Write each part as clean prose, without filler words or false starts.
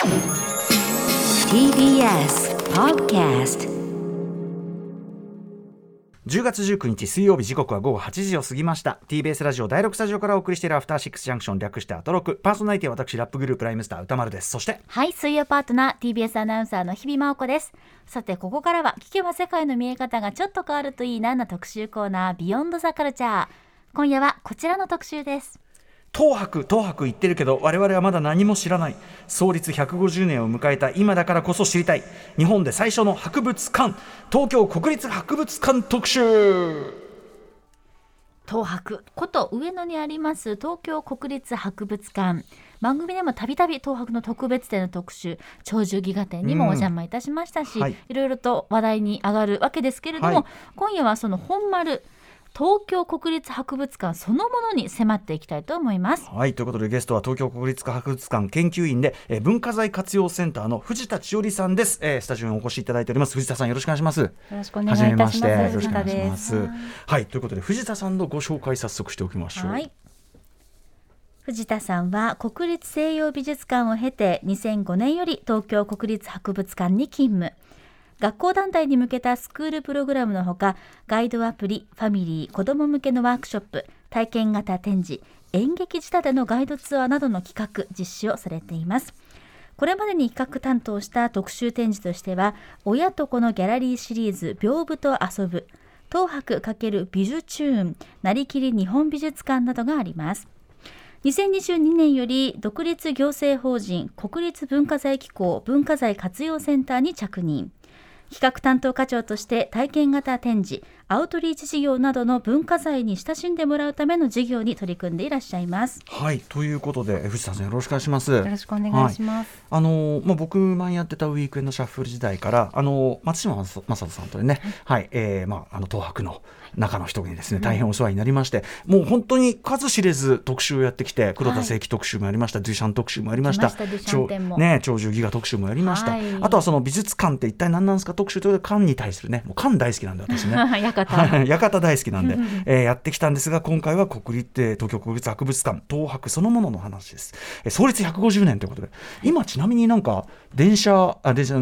TBS Podcast。 10月19日水曜日、時刻は午後8時を過ぎました。 TBS ラジオ第6スタジオからお送りしているアフターシックスジャンクション、略してアトロク。パーソナリティは私ラップグループライムスター歌丸です。そしてはい、水曜パートナー TBS アナウンサーの日々真央子です。さてここからは聞けば世界の見え方がちょっと変わるといいな特集コーナー、ビヨンドザカルチャー。今夜はこちらの特集です。 東博言ってるけど我々はまだ何も知らない。創立150年を迎えた今だからこそ知りたい日本で最初の博物館、東京国立博物館特集。 東博こと上野にあります東京国立博物館、番組でもたびたび東博の特別展の特集、鳥獣戯画展にもお邪魔いたしましたし、いろいろと話題に上がるわけですけれども、今夜はその本丸東京国立博物館そのものに迫っていきたいと思います。 はい、ということでゲストは東京国立博物館研究員で文化財活用センターの藤田千織さんです。スタジオにお越しいただいております。藤田さん、よろしくお願いします。 よろしくお願いいたします。 よろしくお願いします。はい、ということで藤田さんのご紹介早速しておきましょう。はい、 藤田さんは国立西洋美術館を経て2005年より東京国立博物館に勤務。学校団体に向けたスクールプログラムのほか、ガイドアプリ、ファミリー、子ども向けのワークショップ、体験型展示、演劇仕立てのガイドツアーなどの企画実施をされています。これまでに企画担当した特集展示としては、親と子のギャラリーシリーズ屏風と遊ぶ、東博×美術チューン、なりきり日本美術館などがあります。2022年より独立行政法人国立文化財機構文化財活用センターに着任。企画担当課長として体験型展示、アウトリーチ事業などの文化財に親しんでもらうための事業に取り組んでいらっしゃいます。 はい、ということで藤田さん、よろしくお願いします。よろしくお願いします。 僕前やってたウィークエンドシャッフル時代から松島正人さんとね、東博の中の人にですね、大変お世話になりまして、もう本当に数知れず特集をやってきて、黒田清輝特集もやりました、デュシャン特集もやりました、鳥獣戯画特集もやりました、あとはその美術館って一体何なんですか特集ということで、館に対するね、もう館大好きなんで私ね館大好きなんで、やってきたんですが、今回は東京国立博物館東博そのものの話です。創立150年ということで、今ちなみになんか列車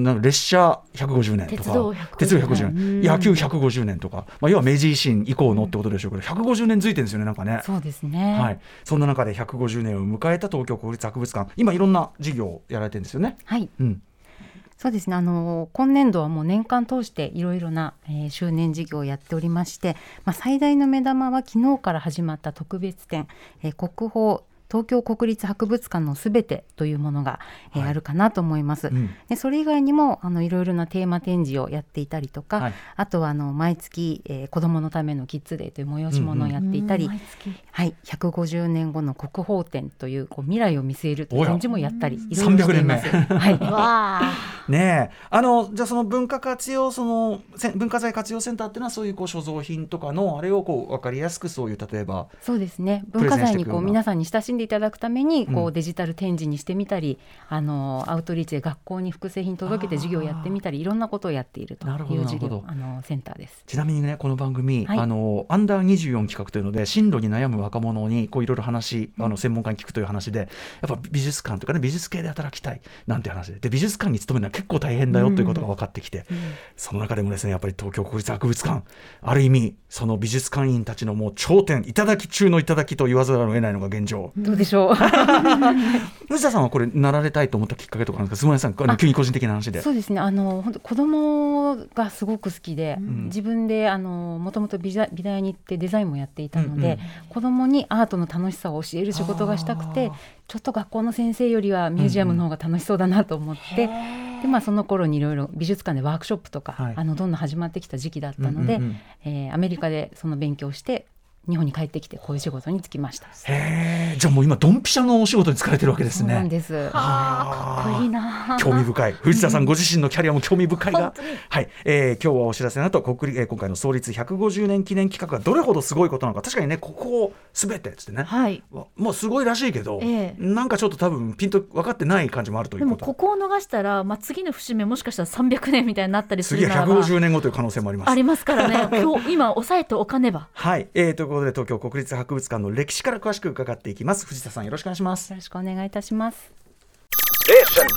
150年とか鉄道150年、野球150年とか、要は明治維新以降のってことでしょうけど、150年付いてるんですよね、なんかね。 そうですね、 はい、そんな中で150年を迎えた東京国立博物館、今いろんな事業をやられてるんですよね。 はい、そうですね、今年度はもう年間通していろいろな、周年事業をやっておりまして、最大の目玉は昨日から始まった特別展、国宝東京国立博物館のすべてというものが、あるかなと思います。でそれ以外にもいろいろなテーマ展示をやっていたりとか、あとは毎月、子どものためのキッズデーという催し物をやっていたり、150年後の国宝展という、未来を見据えるという展示もやったり、いろいろしています。 ねえ、じゃあその文化財活用センターっていうのは、そういう所蔵品とかのあれを分かりやすく、そういう例えばそうですね、文化財に皆さんに親しんでいただくためにデジタル展示にしてみたり、アウトリーチで学校に複製品届けて授業をやってみたり、いろんなことをやっているという事業センターです。 ちなみにね、この番組、アンダー24企画というので、進路に悩む若者にいろいろ話、専門家に聞くという話で、やっぱ美術館とかね、美術系で働きたいなんて話で、美術館に勤めるのは結構大変だよということが分かってきて、その中でもですね、やっぱり東京国立博物館、ある意味その美術館員たちのもう頂点、頂き中の頂きと言わざるを得ないのが現状。 どうでしょう藤田さんはこれなられたいと思ったきっかけとかなんですか。すみません、急に個人的な話で。 そうですね、本当子供がすごく好きで、自分でもともと美大に行ってデザインもやっていたので、子供にアートの楽しさを教える仕事がしたくて、ちょっと学校の先生よりはミュージアムの方が楽しそうだなと思って、でその頃にいろいろ美術館でワークショップとか、どんどん始まってきた時期だったので、アメリカでその勉強して日本に帰ってきてこういう仕事に就きました。 へー、じゃあもう今ドンピシャのお仕事に就かれてるわけですね。 そうなんです。かっこいいな。 興味深い。藤田さんご自身のキャリアも興味深いが、はい、今日はお知らせの後、今回の創立150年記念企画がどれほどすごいことなのか、確かにね、ここをすべてっつってね、もうすごいらしいけど、なんかちょっと多分ピンと分かってない感じもあるということ。 でもここを逃したら、次の節目もしかしたら300年みたいになったりするならば、 次は150年後という可能性もありますからね今押さえておかねば。 はい、ということで東京国立博物館の歴史から詳しく伺っていきます。藤田さん、よろしくお願いします。 よろしくお願いいたします。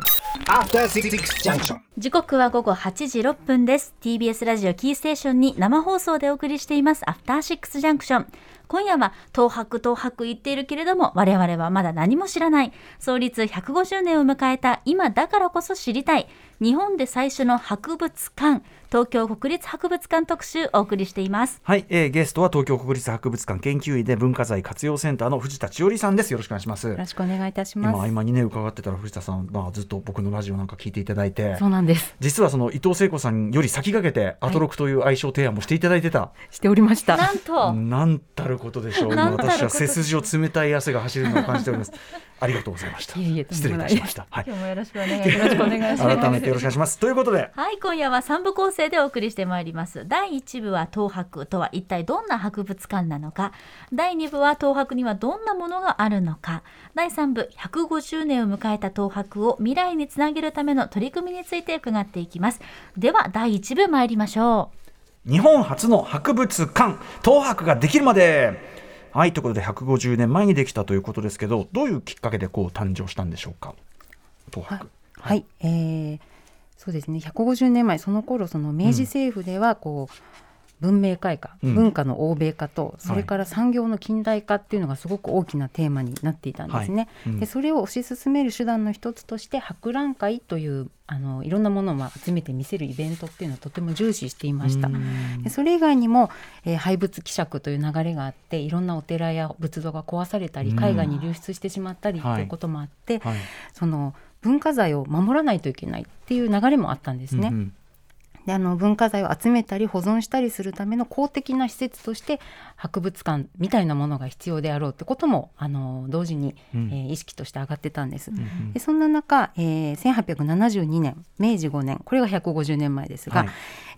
After Six Junction. 時刻は午後8時6分です。 TBS ラジオキーステーションに生放送でお送りしていますアフターシックスジャンクション。今夜は東博言っているけれども我々はまだ何も知らない創立150年を迎えた今だからこそ知りたい日本で最初の博物館、東京国立博物館特集お送りしています。 はい、ゲストは東京国立博物館研究員で文化財活用センターの藤田千織さんです。よろしくお願いします。 よろしくお願いいたします。 今にね伺ってたら藤田さん、ずっと僕のラジオなんか聞いていただいて、 そうなんです。 実はその伊藤聖子さんより先駆けてアトロクという愛称提案もしていただいてた、 しておりました。 なんたることでしょう。私は背筋を冷たい汗が走るのを感じております。ありがとうございました。失礼いたしました。はい、 今日もよろしくお願いします。 改めてよろしくお願いします。ということで、 はい、今夜は3部構成でお送りしてまいります。第1部は東博とは一体どんな博物館なのか、第2部は東博にはどんなものがあるのか、第3部150年を迎えた東博を未来につなげるための取り組みについて伺っていきます。では第1部参りましょう。日本初の博物館東博ができるまで。はい、ということで150年前にできたということですけど、どういうきっかけで誕生したんでしょうか、東博。 はい、そうですね、150年前、その頃その明治政府では文明開化、文化の欧米化と、それから産業の近代化っていうのがすごく大きなテーマになっていたんですね。でそれを推し進める手段の一つとして博覧会といういろんなものを集めて見せるイベントっていうのをとても重視していました。でそれ以外にも、廃仏毀釈という流れがあって、いろんなお寺や仏像が壊されたり海外に流出してしまったりということもあって、その文化財を守らないといけないっていう流れもあったんですね。で文化財を集めたり保存したりするための公的な施設として博物館みたいなものが必要であろうってことも同時に、意識として上がってたんです。でそんな中、1872年明治5年、これが150年前ですが、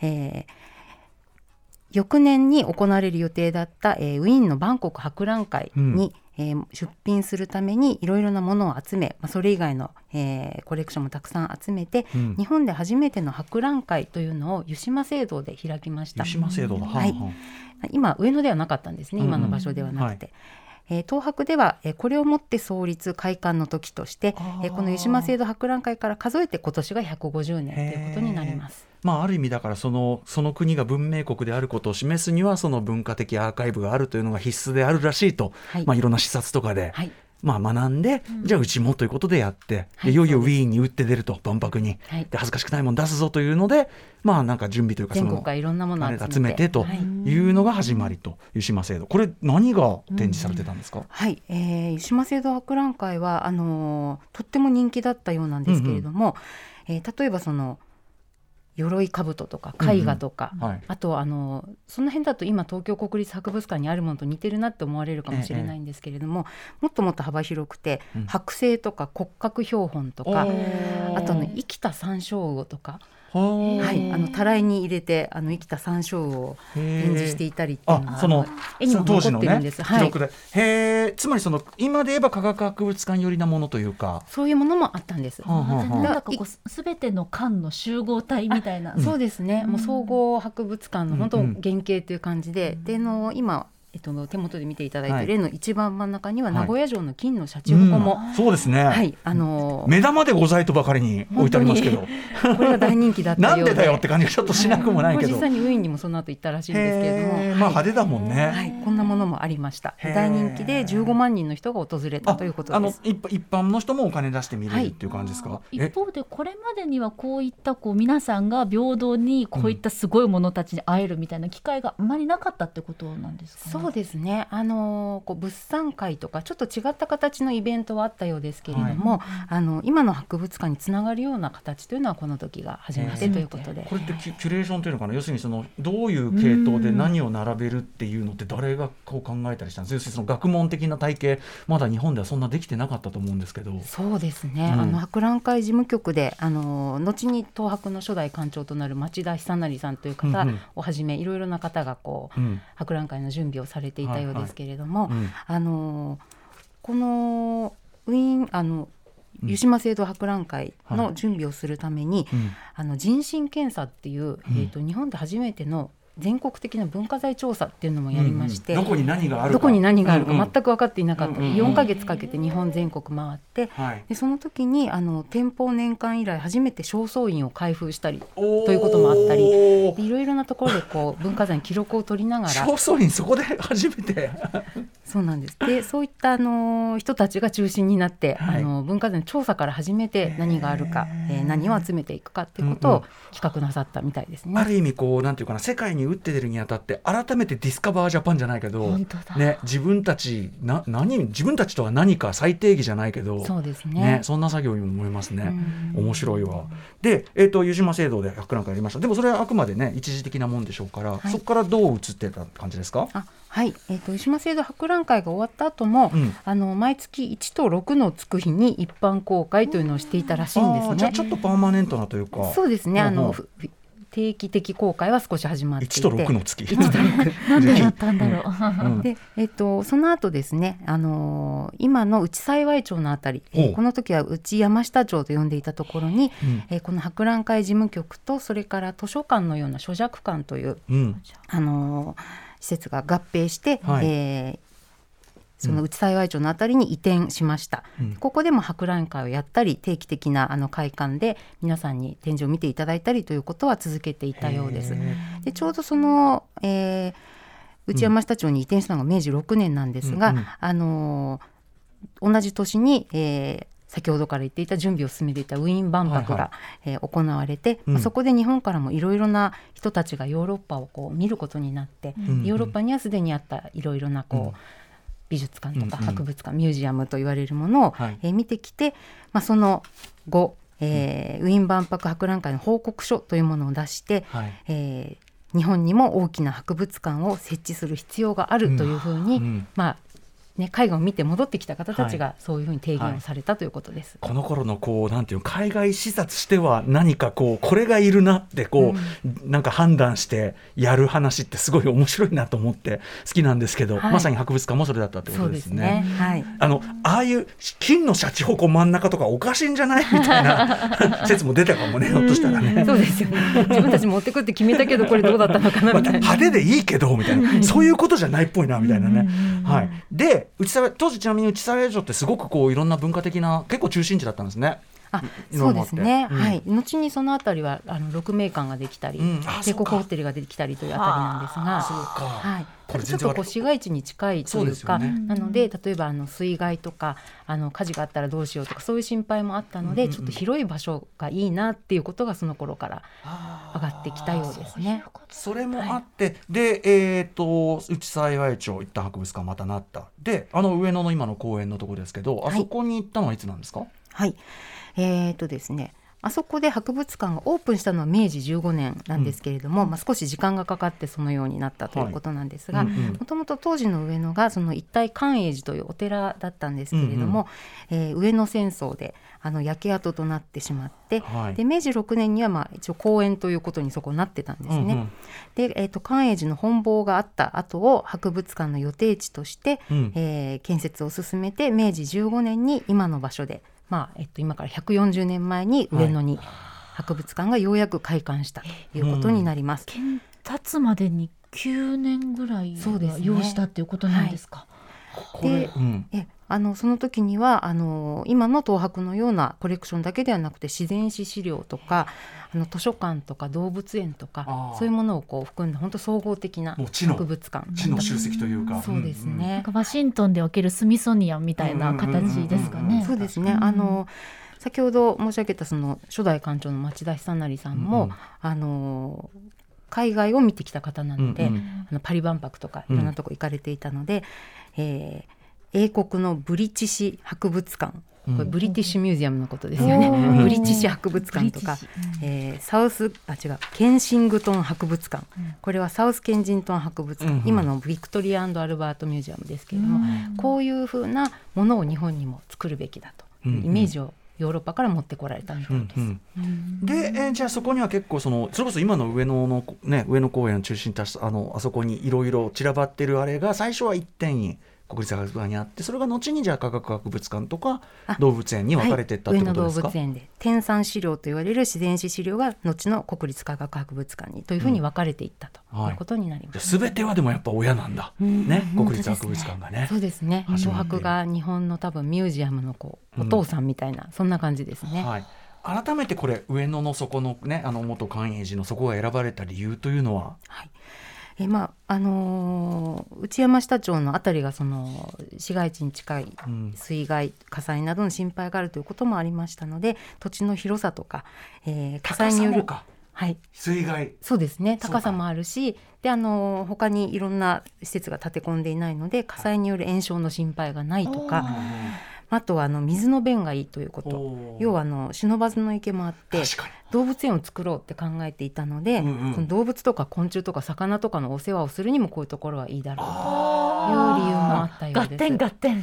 翌年に行われる予定だった、ウィーンの万国博覧会に、出品するためにいろいろなものを集め、それ以外の、コレクションもたくさん集めて、日本で初めての博覧会というのを湯島聖堂で開きました。 湯島聖堂だ、 今上野ではなかったんですね、今の場所ではなくて、東博では、これをもって創立開館の時として、この湯島聖堂博覧会から数えて今年が150年ということになります。 ある意味だからその国が文明国であることを示すには、その文化的アーカイブがあるというのが必須であるらしいと、いろんな視察とかで、学んで、じゃあうちもということでやって、いよいよウィーンに打って出ると、万博に、で恥ずかしくないもん出すぞというので、なんか準備というか、 全国からいろんなものを集めてというのが始まりと。湯島聖堂、これ何が展示されてたんですか？ 湯島聖堂博覧会はとっても人気だったようなんですけれども、例えばその鎧兜とか絵画とか、あとその辺だと今東京国立博物館にあるものと似てるなって思われるかもしれないんですけれども、もっともっと幅広くて、剥製とか骨格標本とか、あと生きた山椒魚とか、たらいに入れて生きた山椒魚を展示していたりっていうのが絵にも残ってるんです。 記録で、つまり今で言えば科学博物館寄りなものというか、 そういうものもあったんです。 全ての館の集合体みたいな、 そうですね、もう総合博物館の本当原型という感じで、今手元で見ていただいている例の一番真ん中には名古屋城の金のシャチホコも、 そうですね、目玉でございとばかりに置いてありますけど、 これが大人気だったようでなんでだよって感じがちょっとしなくもないけど、 実際にウィーンにもその後行ったらしいんですけれども、 派手だもんね、 こんなものもありました。大人気で15万人の人が訪れたということです。 一般の人もお金出して見れるっていう感じですか？ 一方でこれまでにはこういった皆さんが平等にこういったすごいものたちに会えるみたいな機会があまりなかったってことなんですかね？ そうですね、物産会とかちょっと違った形のイベントはあったようですけれども、今の博物館につながるような形というのはこの時が初めてということで、 これってキュレーションというのかな、要するにどういう系統で何を並べるっていうのって誰が考えたりしたんですか？要するに学問的な体系、まだ日本ではそんなできてなかったと思うんですけど。 そうですね、博覧会事務局で後に東博の初代館長となる町田久成さんという方をはじめ、いろいろな方が博覧会の準備をされていたようですけれども、このウィーン湯島聖堂博覧会の準備をするために、人身検査っていう、日本で初めての全国的な文化財調査っていうのもやりまして、 どこに何があるかどこに何があるか全く分かっていなかった、 4 4ヶ月かけて日本全国回って、でその時に天保年間以来初めて正倉院を開封したりということもあったり、いろいろなところでこう文化財に記録を取りながら正倉院そこで初めてそうなんです。でそういった人たちが中心になって、文化財の調査から始めて何があるか、何を集めていくかっていうことを企画なさったみたいですね。 ある意味こうなんていうかな、世界に打って出るにあたって改めてディスカバージャパンじゃないけど、ね、自分たちとは何か再定義じゃないけど、 そうですね、 そんな作業にも思いますね。面白いわ。で、湯島聖堂で博覧会やりました。でもそれはあくまでね一時的なもんでしょうから、そこからどう移ってた感じですか？ はい、湯島聖堂博覧会が終わった後も、毎月1と6のつく日に一般公開というのをしていたらしいんですね。 じゃあちょっとパーマネントなというか。 そうですね、定期的公開は少し始まっていて、 1と6の月なんでだったんだろう。 で、その後ですね、今の内幸町のあたり、この時は内山下町と呼んでいたところに、この博覧会事務局とそれから図書館のような書弱館という、施設が合併して、その内幸町のあたりに移転しました。ここでも博覧会をやったり、定期的な会館で皆さんに展示を見ていただいたりということは続けていたようです。でちょうどその、内山下町に移転したのが明治6年なんですが、同じ年に、先ほどから言っていた準備を進めていたウィーン万博が、行われて、そこで日本からもいろいろな人たちがヨーロッパをこう見ることになって、ヨーロッパにはすでにあったいろいろなこう、美術館とか博物館、ミュージアムと言われるものを、見てきて、その後、ウィーン万博博覧会の報告書というものを出して、日本にも大きな博物館を設置する必要があるというふうに、海外を見て戻ってきた方たちがそういうふうに提言をされたということです。 この頃のこうなんていう海外視察しては何かこれがいるなってなんか判断してやる話ってすごい面白いなと思って好きなんですけど、まさに博物館もそれだったってことですね。ああいう金のシャチホコ真ん中とかおかしいんじゃないみたいな説も出たかもね、ひょっとしたらね。 そうですよね。自分たち持ってくって決めたけどこれどうだったのかなみたいな、 派手でいいけどみたいなそういうことじゃないっぽいなみたいなね。で当時ちなみに内幸町ってすごくいろんな文化的な結構中心地だったんですね。 そうですね、後にそのあたりは鹿鳴館ができたり、帝国ホテルができたりというあたりなんですが、ちょっと市街地に近いというか、なので例えば水害とか火事があったらどうしようとかそういう心配もあったので、ちょっと広い場所がいいなっていうことがその頃から上がってきたようですね。 それもあって、で、内幸町行った博物館またなった。で上野の今の公園のところですけど、あそこに行ったのはいつなんですか？ ですね、あそこで博物館がオープンしたのは明治15年なんですけれども、少し時間がかかってそのようになったということなんですが、もともと当時の上野がその一体寛永寺というお寺だったんですけれども、上野戦争で焼け跡となってしまって、で明治6年には一応公園ということにそこなってたんですね。で、寛永寺の本坊があった後を博物館の予定地として、建設を進めて明治15年に今の場所で今から140年前に上野に博物館がようやく開館したということになります。 建立までに9年ぐらいが要したっていうことなんですか？ で、その時には今の東博のようなコレクションだけではなくて自然史資料とか図書館とか動物園とかそういうものを含んだ本当総合的な博物館、 知の集積というか、 そうですね、 ワシントンでおけるスミソニアンみたいな形ですかね。 そうですね、先ほど申し上げたその初代館長の町田久成さんも、海外を見てきた方なので、パリ万博とかいろんなとこ行かれていたので、英国のブリティッシュ博物館、これブリティッシュミュージアムのことですよね。ブリティッシュ博物館とか、ケンシングトン博物館、これはサウスケンジントン博物館、今のビクトリア&アルバートミュージアムですけれども、こういうふうなものを日本にも作るべきだと、イメージをヨーロッパから持ってこられたみたいです。 で、じゃあそこには結構それこそ今の上野公園を中心としたあそこにいろいろ散らばってるあれが最初は一点に国立科学館にあって、それが後にじゃあ科学博物館とか動物園に分かれていったってことですか？ 上野動物園で天産資料と言われる自然史資料が後の国立科学博物館にというふうに分かれていったということになります。 全てはでもやっぱ親なんだ、ね、国立博物館がね。 そうですね。東博が日本の多分ミュージアムのお父さんみたいな、そんな感じですね。 はい、改めてこれ上野のそこのね、元寛永寺のそこが選ばれた理由というのは？ はい、内山下町のあたりがその市街地に近い水害、火災などの心配があるということもありましたので、土地の広さとか、火災によるはい、 水害、 そうですね、高さもあるし、で他にいろんな施設が建て込んでいないので火災による延焼の心配がないとか、あとは水の便がいいということ、要は不忍の池もあって動物園を作ろうって考えていたので、その動物とか昆虫とか魚とかのお世話をするにもこういうところはいいだろうという理由もあったようです。 合点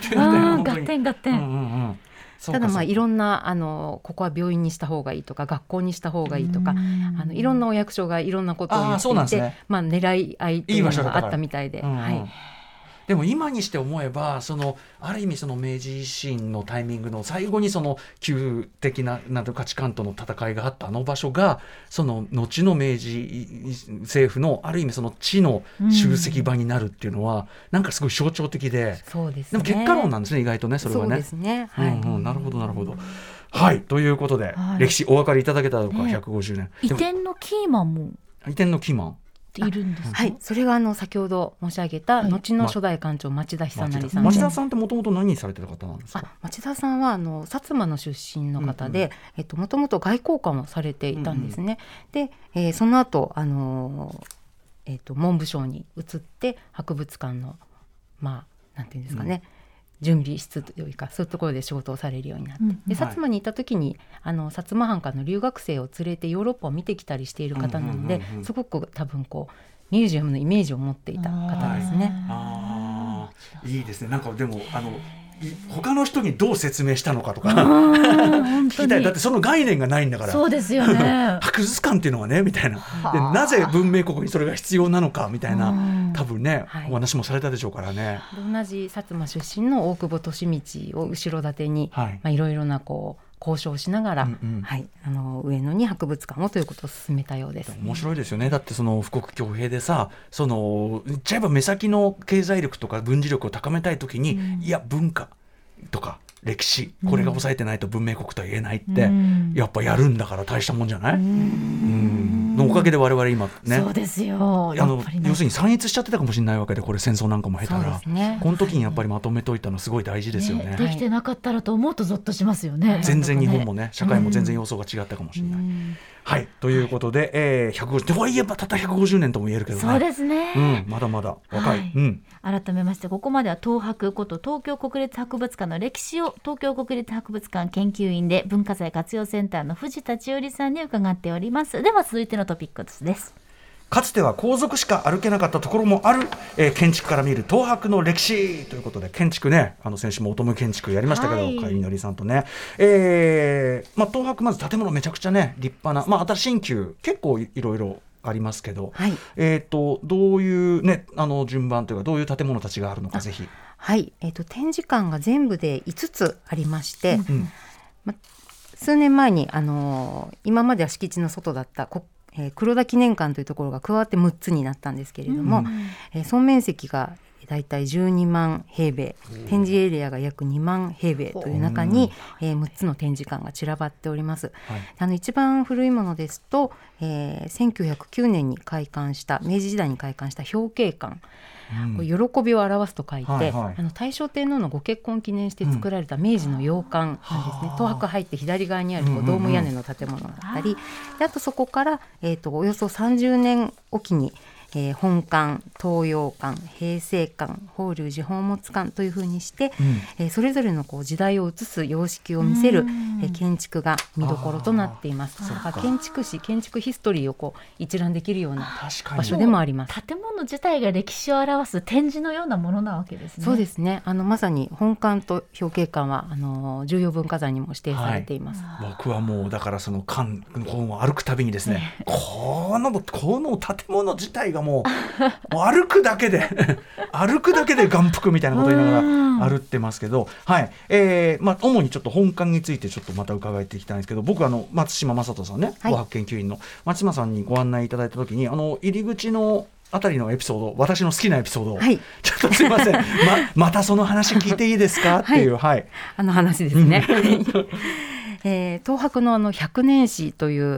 ただいろんなここは病院にした方がいいとか学校にした方がいいとか、いろんなお役所がいろんなことを言っていて、狙い合いというのがあったみたいで、 でも今にして思えばある意味明治維新のタイミングの最後に旧的な価値観との戦いがあった場所が後の明治政府のある意味地の集積場になるっていうのはなんかすごい象徴的で、 そうですね、でも結果論なんですね、意外とね、それはね。 そうですね、はい、 なるほどなるほど。はい、ということで、歴史お分かりいただけたのか、150年。 移転のキーマンも移転のキーマンいるんですか？ はい、それが先ほど申し上げた後の初代館長町田久成さん。 町田さんってもともと何されてた方なんですか？ 町田さんは薩摩の出身の方で、もともと外交官をされていたんですね。で、その後文部省に移って博物館のなんていうんですかね、準備室というかそういうところで仕事をされるようになって、で薩摩に行った時に薩摩藩からの留学生を連れてヨーロッパを見てきたりしている方なので、すごく多分ミュージアムのイメージを持っていた方ですね。 いいですね。なんかでも他の人にどう説明したのかとか聞きたい。だってその概念がないんだから。 そうですよね。 博物館っていうのはねみたいな、でなぜ文明国にそれが必要なのかみたいな、多分ね、お話もされたでしょうからね。 同じ薩摩出身の大久保利通を後ろ盾に、いろいろな交渉しながら、上野に博物館をということを進めたようです。 面白いですよね。だって富国強兵でさ、言っちゃえば目先の経済力とか軍事力を高めたいときに、いや文化とか歴史、これが抑えてないと文明国とは言えないって、やっぱやるんだから大したもんじゃない？のおかげで我々今ね、 そうですよ、 要するに散逸しちゃってたかもしれないわけで、これ戦争なんかも経たら、この時にやっぱりまとめといたのすごい大事ですよね。 できてなかったらと思うとゾッとしますよね。 全然日本もね、社会も全然様相が違ったかもしれない。はい、ということで、150とはいえばたった150年とも言えるけどね。 そうですね、 まだまだ若い。 改めましてここまでは東博こと東京国立博物館の歴史を東京国立博物館研究員で文化財活用センターの藤田千織さんに伺っております。では続いてのトピックスです。 かつては皇族しか歩けなかったところもある、建築から見る東博の歴史ということで、建築ね、先週も乙女建築やりましたけど、海のりさんとね、東博まず建物めちゃくちゃね立派な、新新旧結構いろいろありますけど、どういうね順番というかどういう建物たちがあるのかぜひ。 はい、展示館が全部で5つありまして、数年前に今までは敷地の外だった黒田記念館というところが加わって6つになったんですけれども、総面積がだいたい12万平米、展示エリアが約2万平米という中に、6つの展示館が散らばっております。一番古いものですと、1909年に開館した明治時代に開館した表慶館、喜びを表すと書いて、大正天皇のご結婚を記念して作られた明治の洋館なんですね。東博入って左側にあるドーム屋根の建物だったり、であとそこから、およそ30年おきに本館、東洋館、平成館、法隆寺宝物館というふうにして、それぞれの時代を映す様式を見せる、建築が見どころとなっています。だから建築史、建築ヒストリーを一覧できるような場所でもあります。 建物自体が歴史を表す展示のようなものなわけですね。 そうですね。まさに本館と表慶館は重要文化財にも指定されています。 僕はもうだからその館の本を歩くたびにですね、この建物自体ががもう歩くだけで歩くだけで眼福みたいなことを言いながら歩ってますけど、はい、主にちょっと本館についてちょっとまた伺っていきたいんですけど、僕松島正人さんね、 はい、 紅白研究員の松島さんにご案内いただいた時に入り口のあたりのエピソード、私の好きなエピソードを、はい、ちょっとすいませんまたその話聞いていいですかっていう、はい、 話ですね東博の100年史という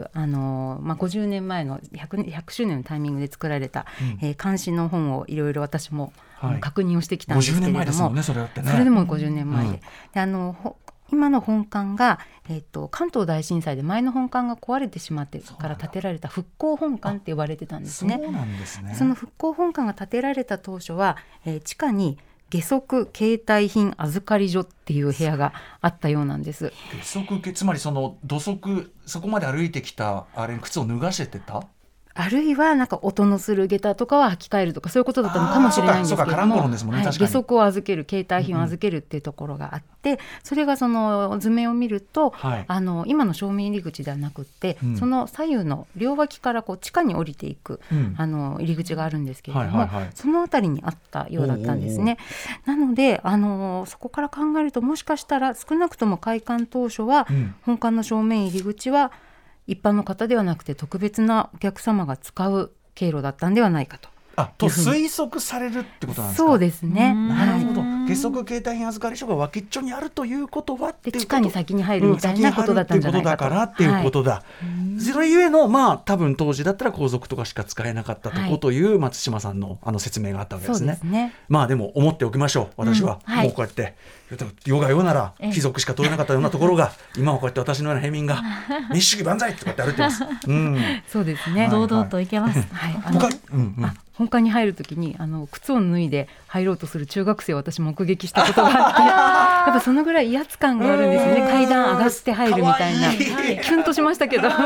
、50年前の 100周年のタイミングで作られた、監視の本をいろいろ私も、確認をしてきたんですけれども、 50年前ですもんね、それってね。 それでも50年前で、今の本館が、関東大震災で前の本館が壊れてしまってから建てられた復興本館って呼ばれてたんですね。 そうなんですね。 その復興本館が建てられた当初は、地下に下足携帯品預かり所っていう部屋があったようなんです。 下足、つまりその土足、そこまで歩いてきたあれ靴を脱がせてた、 あるいはなんか音のする下駄とかは履き替えるとかそういうことだったのかもしれないんですけれども、下足を預ける、携帯品を預けるっていうところがあって、それがその図面を見ると、今の正面入り口ではなくって、その左右の両脇からこう地下に降りていく、入り口があるんですけれども、そのあたりにあったようだったんですね。なのでそこから考えると、もしかしたら少なくとも開館当初は、本館の正面入り口は一般の方ではなくて特別なお客様が使う経路だったんではないかと推測されるってことなんですか。 そうですね。 なるほど。下足携帯品預かり所が脇っちょにあるということはっていうこと、 地下に先に入るみたいなことだったんじゃないかと、 だからっていうことだ、それゆえの多分当時だったら皇族とかしか使えなかったとこという松島さんの説明があったわけですね。 そうですね。 でも思っておきましょう。私はもうこうやって世が世なら貴族しか取れなかったようなところが今はこうやって私のような平民が民主主義万歳とかって歩いてます。 そうですね。 堂々といけます。 本館に入るときに靴を脱いで入ろうとする中学生を私目撃したことがあってやっぱそのぐらい威圧感があるんですよね。階段上がって入るみたいな、キュンとしましたけど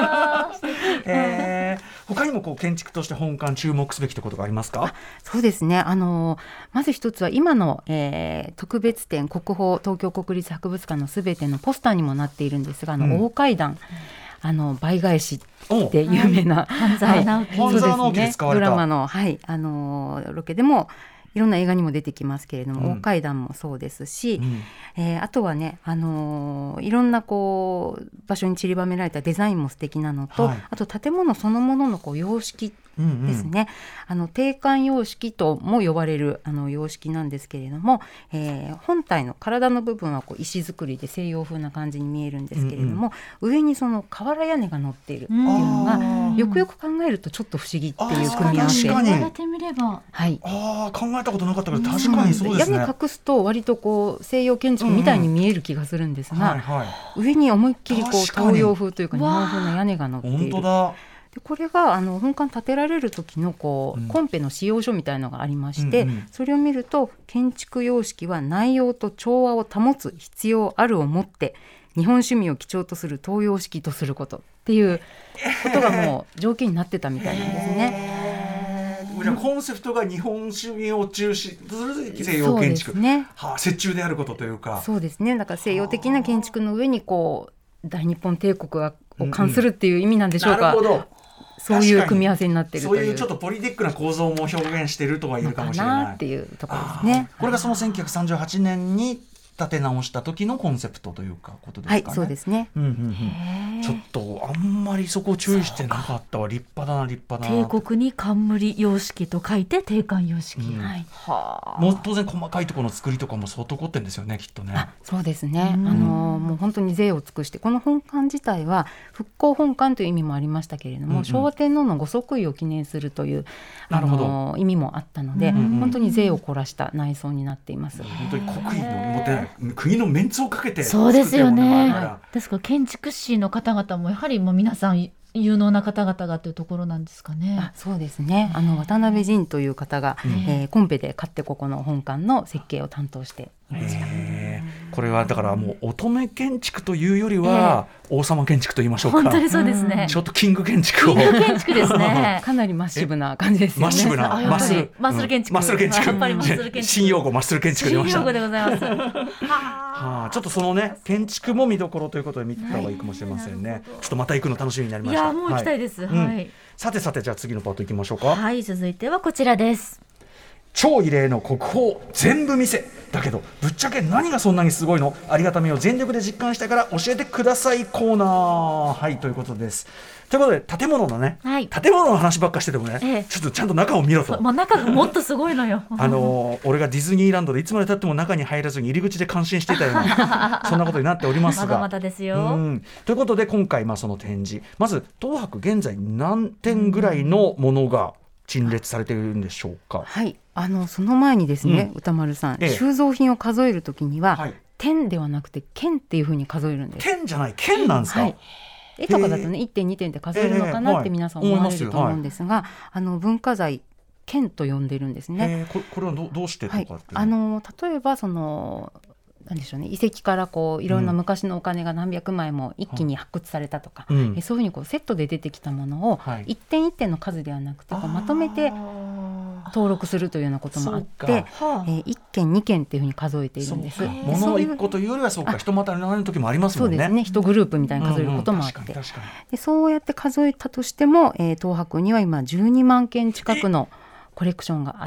他にも建築として本館注目すべきところがありますか。 そうですね。まず一つは今の、特別展国宝東京国立博物館のすべてのポスターにもなっているんですが、大階段、倍返しって有名な半沢直樹で使われたドラマの、ロケでもいろんな映画にも出てきますけれども、大階段もそうですし、あとはね、いろんな場所に散りばめられたデザインも素敵なのと、あと建物そのものの様式ですね、定冠様式とも呼ばれる様式なんですけれども、本体の体の部分は石造りで西洋風な感じに見えるんですけれども、上にその瓦屋根が乗っているっていうのがよくよく考えるとちょっと不思議っていう組み合わせ。 言われてみれば、 考えたことなかったけど確かにそうですね。 屋根隠すと割と西洋建築みたいに見える気がするんですが、上に思いっきり東洋風というか日本風な屋根が乗っている。 本当だ。 でこれが本館建てられる時のコンペの仕様書みたいのがありまして、それを見ると建築様式は内容と調和を保つ必要あるをもって日本趣味を基調とする東洋式とすることっていうことがもう条件になってたみたいなんですね。 じゃあコンセプトが日本趣味を中心とする西洋建築、折衷であることというか。 そうですね。だから西洋的な建築の上に大日本帝国を冠するっていう意味なんでしょうか。 なるほど。 そういう組み合わせになっているという、 そういうちょっとポリティックな構造も表現しているとは言えるかもしれないっていうところですね。 これがその1938年に立て直した時のコンセプトというかことですかね。 そうですね。 ちょっとあんまりそこを注意してなかったわ。立派だな立派だな。 帝国に冠様式と書いて定冠様式、 もう当然細かいところの作りとかも相当凝ってるんですよね、きっとね。 そうですね。もう本当に税を尽くして、この本館自体は復興本館という意味もありましたけれども、昭和天皇のご即位を記念するという意味もあったので、本当に税を凝らした内装になっています。 本当に国威の持てない国のメンツをかけてそうですよね。ですから建築士の方々もやはりもう皆さん有能な方々がというところなんですかね。 そうですね。渡辺仁という方が、コンペで買ってここの本館の設計を担当していました。 これはだからもう乙女建築というよりは王様建築と言いましょうか。 本当にそうですね。 ちょっとキング建築をキング建築ですね。 かなりマッシブな感じですよね。 マッシブなマッスル建築。 マッスル建築。 やっぱりマッスル建築。 新用語マッスル建築出ました。 新用語でございます。 ちょっとそのね建築も見どころということで見てた方がいいかもしれませんね。ちょっとまた行くの楽しみになりました。 いやもう行きたいです。はい。 さてじゃあ次のパート行きましょうか。 はい、続いてはこちらです。 超異例の国宝全部見せだけどぶっちゃけ何がそんなにすごいの、ありがたみを全力で実感したから教えてくださいコーナー。はい、ということです。ということで建物のね、 はい、 建物の話ばっかしててもね、ちょっとちゃんと中を見ろと。 中がもっとすごいのよ。 俺がディズニーランドでいつまでたっても中に入らずに入り口で感心していたようなそんなことになっておりますがまだまだですよ。 ということで今回その展示、まず東博現在何点ぐらいのものが陳列されているんでしょうか。 はい、その前にですね、歌丸さん、収蔵品を数えるときには、点ではなくて剣っていうふうに数えるんです。 点じゃない剣なんですか。 絵とかだとね 1.2 点って数えるのかなって皆さん思われると思うんですが、文化財剣と呼んでるんですね。 これはどうしてとかって、 例えばなんでしょうね、遺跡からいろんな昔のお金が何百枚も一気に発掘されたとか、そういうふうにセットで出てきたものを一点一点の数ではなくてまとめて登録するというようなこともあって、1件2件っていうふうに数えているんです。 もの1個というよりは人またの時もありますもんね。 そうですね、1グループみたいに数えることもあって、でそうやって数えたとしても、東博には今12万件近くのコレクションがあって、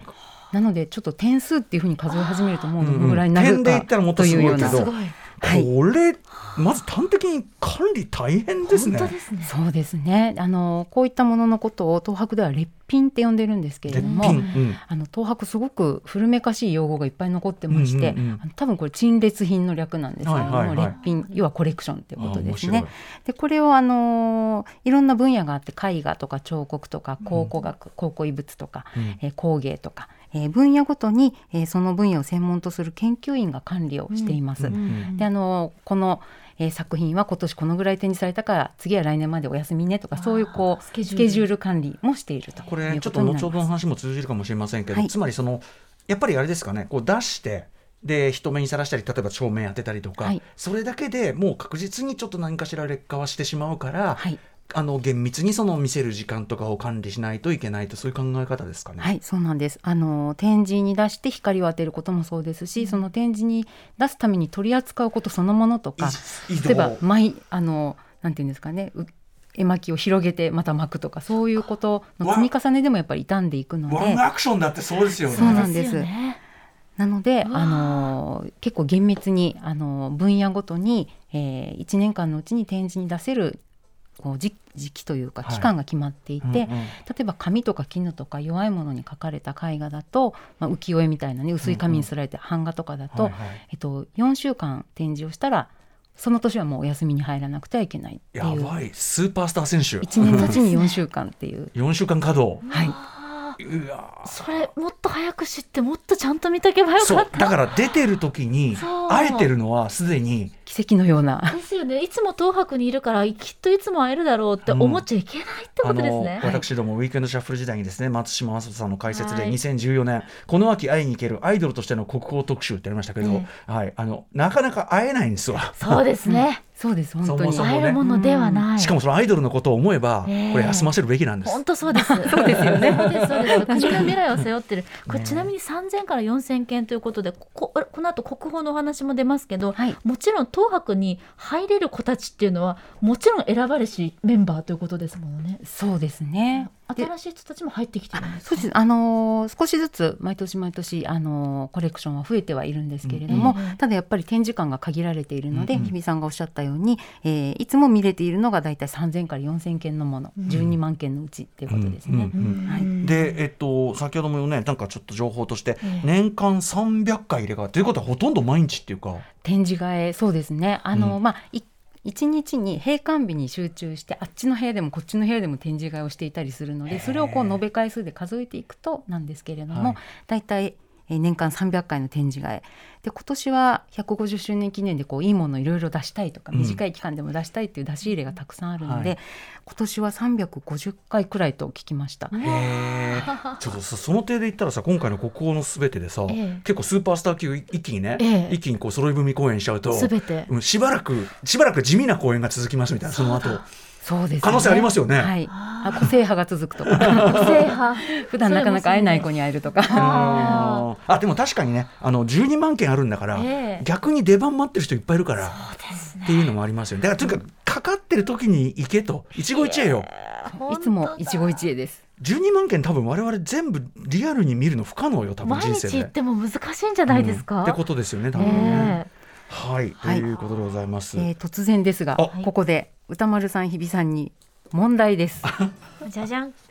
なのでちょっと点数っていうふうに数え始めるともうどのぐらいになるかというような、 これまず端的に管理大変ですね。 本当ですね。 そうですね。こういったもののことを東博では劣品って呼んでるんですけれども、東博すごく古めかしい用語がいっぱい残ってまして、多分これ陳列品の略なんですけれども、劣品要はコレクションっていうことですね。でこれをいろんな分野があって、絵画とか彫刻とか考古学、考古遺物とか、工芸とか、分野ごとに、その分野を専門とする研究員が管理をしています。でこの、作品は今年このぐらい展示されたから次は来年までお休みねとか、そういうスケジュール管理もしているということになります。 これちょっと後ほどの話も通じるかもしれませんけど、つまりやっぱりあれですかね、出してで人目にさらしたり、例えば照明当てたりとか、それだけでもう確実にちょっと何かしら劣化はしてしまうから、厳密に見せる時間とかを管理しないといけないと、そういう考え方ですかね。 はい、そうなんです。展示に出して光を当てることもそうですし、その展示に出すために取り扱うことそのものとか、例えばなんていうんですかね、絵巻きを広げてまた巻くとか、そういうことの積み重ねでもやっぱり傷んでいくので、 ワンアクションだってそうですよね。 そうなんです。なので結構厳密に分野ごとに、1年間のうちに展示に出せる時期というか期間が決まっていて、例えば紙とか絹とか弱いものに描かれた絵画だと、浮世絵みたいなね、薄い紙に刷られて版画とかだと、4週間展示をしたらその年はもうお休みに入らなくてはいけないっていう。 やばい、スーパースター選手。 1年のうちに4週間っていう 4週間稼働。 はい。 それもっと早く知ってもっとちゃんと見とけばよかった。 だから出てる時に会えてるのはすでに奇跡のようなですよね。いつも東博にいるからきっといつも会えるだろうって思っちゃいけないってことですね。 私どもウィークエンドシャッフル時代にですね、松島麻人さんの解説で2014年この秋会いに行けるアイドルとしての国宝特集ってありましたけど、なかなか会えないんですわ。 そうですね。 そうです、本当に会えるものではない。 しかもそのアイドルのことを思えば、これ休ませるべきなんです。 本当そうです。そうですよね。そうですそうです。国の未来を背負ってる。これちなみに3000から4000件ということで、この後国宝のお話も出ますけど、もちろん東博に入れる子たちっていうのはもちろん選ばれしメンバーということですものね。 そうですね。 新しい人たちも入ってきてるんですか。 そうです。少しずつ毎年毎年コレクションは増えてはいるんですけれども、ただやっぱり展示館が限られているので、日比さんがおっしゃったように、いつも見れているのがだいたい3000から4000件のもの、12万件のうちっていうことですね。 で、先ほどもね、なんかちょっと情報として、年間300回入れ替わるということはほとんど毎日っていうか展示替え。そうですね。1日に閉館日に集中して、あっちの部屋でもこっちの部屋でも展示替えをしていたりするので、それを延べ回数で数えていくとなんですけれども、だいたい年間300回の展示会で、今年は150周年記念でいいものをいろいろ出したいとか、短い期間でも出したいっていう出し入れがたくさんあるので、今年は350回くらいと聞きました。 ちょっとその点で言ったらさ、今回の国宝のすべてでさ、結構スーパースター級一気にね、一気に揃い踏み公演しちゃうと全て、 しばらく地味な公演が続きますみたいな、その後そうですね、 可能性ありますよね。 はい、個性派が続くとか普段なかなか会えない子に会えるとかでも確かにね、12万件あるんだから、逆に出番待ってる人いっぱいいるから、っていうのもありますよね。だからとにかくかかってる時に行けと、一期一会よ。 いつも一期一会です。 12万件多分我々全部リアルに見るの不可能よ、多分人生で。 毎日行っても難しいんじゃないですか、 ってことですよね、多分ね。はい、ということでございます。 突然ですが、ここで歌丸さん、日比さんに問題です。 じゃじゃん。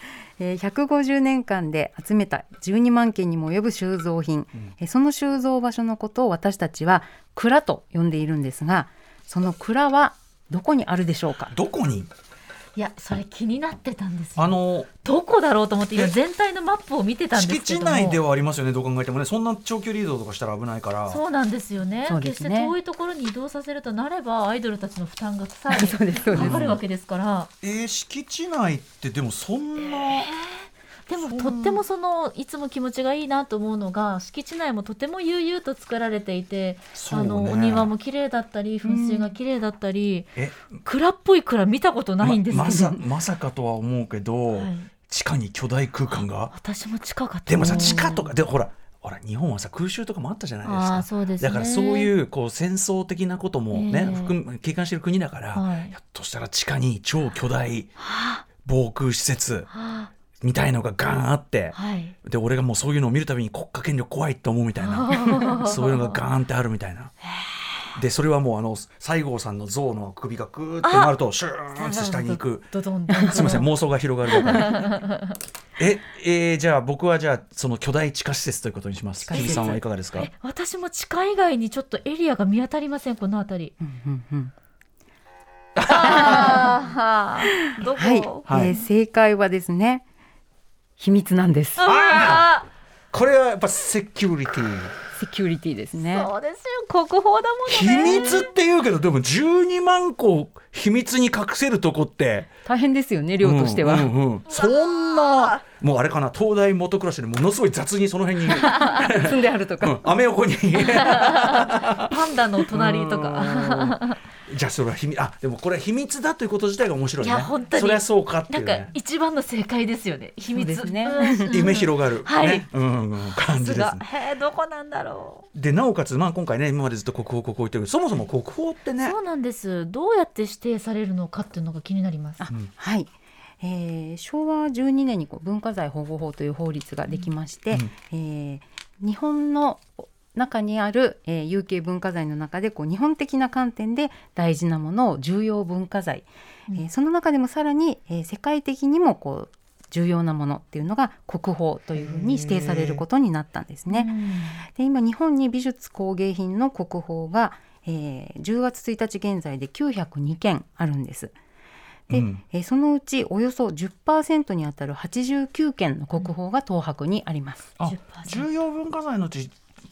150年間で集めた12万件にも及ぶ収蔵品、その収蔵場所のことを私たちは蔵と呼んでいるんですが、その蔵はどこにあるでしょうか。 どこに？ いや、それ気になってたんですよ。どこだろうと思って今全体のマップを見てたんですけども、 敷地内ではありますよね、どう考えてもね。そんな長距離移動とかしたら危ないから。 そうなんですよね。 そうですね、 決して遠いところに移動させるとなればアイドルたちの負担がさらにそうですかかるわけですから。 敷地内ってでもそんな、 でもとってもいつも気持ちがいいなと思うのが、敷地内もとても悠々と作られていて、お庭も綺麗だったり噴水が綺麗だったり、蔵っぽい蔵見たことないんですけど、 まさかとは思うけど、地下に巨大空間が。 私も地下かと。 でもさ、地下とかでほら日本はさ、空襲とかもあったじゃないですか。 そうですね、 だからそういう戦争的なこともね、経験してる国だから、ひょっとしたら地下に超巨大防空施設みたいのがガーンあって、で俺がもうそういうのを見るたびに国家権力怖いと思うみたいなそういうのがガーンってあるみたいな。でそれはもう西郷さんの象の首がグーってなるとシューンって下に行く。すみません、妄想が広がるじゃあ僕はその巨大地下施設ということにします。日比さんはいかがですか。 私も地下以外にちょっとエリアが見当たりません、この辺り。どこ？ 正解はですね、秘密なんです。 これはやっぱセキュリティですね。 そうですよ、国宝だものね。 秘密って言うけど、でも12万個秘密に隠せるとこって大変ですよね、量としては。 そんなもうあれかな、東大元暮らしでものすごい雑にその辺に住んであるとか、 アメ横にパンダの隣とかじゃあそれはでもこれは秘密だということ自体が面白いね。 いや本当にそれはそうかっていうね、 なんか一番の正解ですよね、秘密ですね。 夢広がる、感じですね。どこなんだろう。でなおかつ、今回ね、今までずっと国宝言ってるけど、そもそも国宝ってね、 そうなんです。どうやって指定されるのかっていうのが気になります。 はい、昭和12年に文化財保護法という法律ができまして、日本の中にある、有形文化財の中で日本的な観点で大事なものを重要文化財、その中でもさらに、世界的にも重要なものっていうのが国宝というふうに指定されることになったんですね。で今日本に美術工芸品の国宝が、10月1日現在で902件あるんです。で、そのうちおよそ 10% にあたる89件の国宝が東博にあります。 重要文化財のうち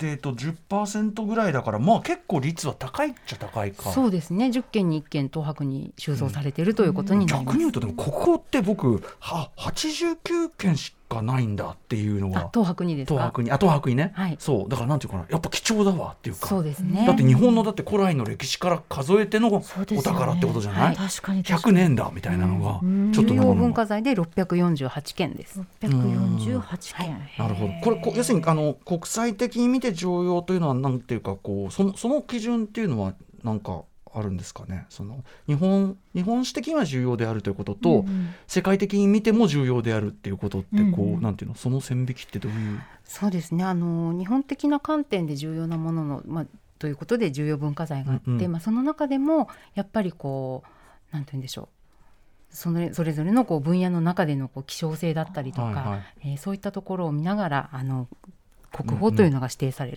10% ぐらいだから、結構率は高いっちゃ高いか。 そうですね、10件に1件東博に収蔵されているということになります。 逆に言うとでも国宝って僕89件しかないんだっていうのは。 東博にですか。 東博にね、 はい、 そうだからなんていうかな、やっぱ貴重だわっていうか。 そうですね。 だって日本の古来の歴史から数えてのお宝ってことじゃない、 確かに 100年だみたいなのがちょっと重要文化財で648件です。 648件、 なるほど。これ要するに国際的に見て重要というのはなんていうかその基準っていうのはなんかあるんですかね。日本史的には重要であるということと、世界的に見ても重要であるっていうことってなんていうの、その線引きってどういう。 そうですね、日本的な観点で重要なものの、ということで重要文化財があって、その中でもやっぱりなんていうんでしょう、それぞれの分野の中での希少性だったりとか、そういったところを見ながら国宝というのが指定されると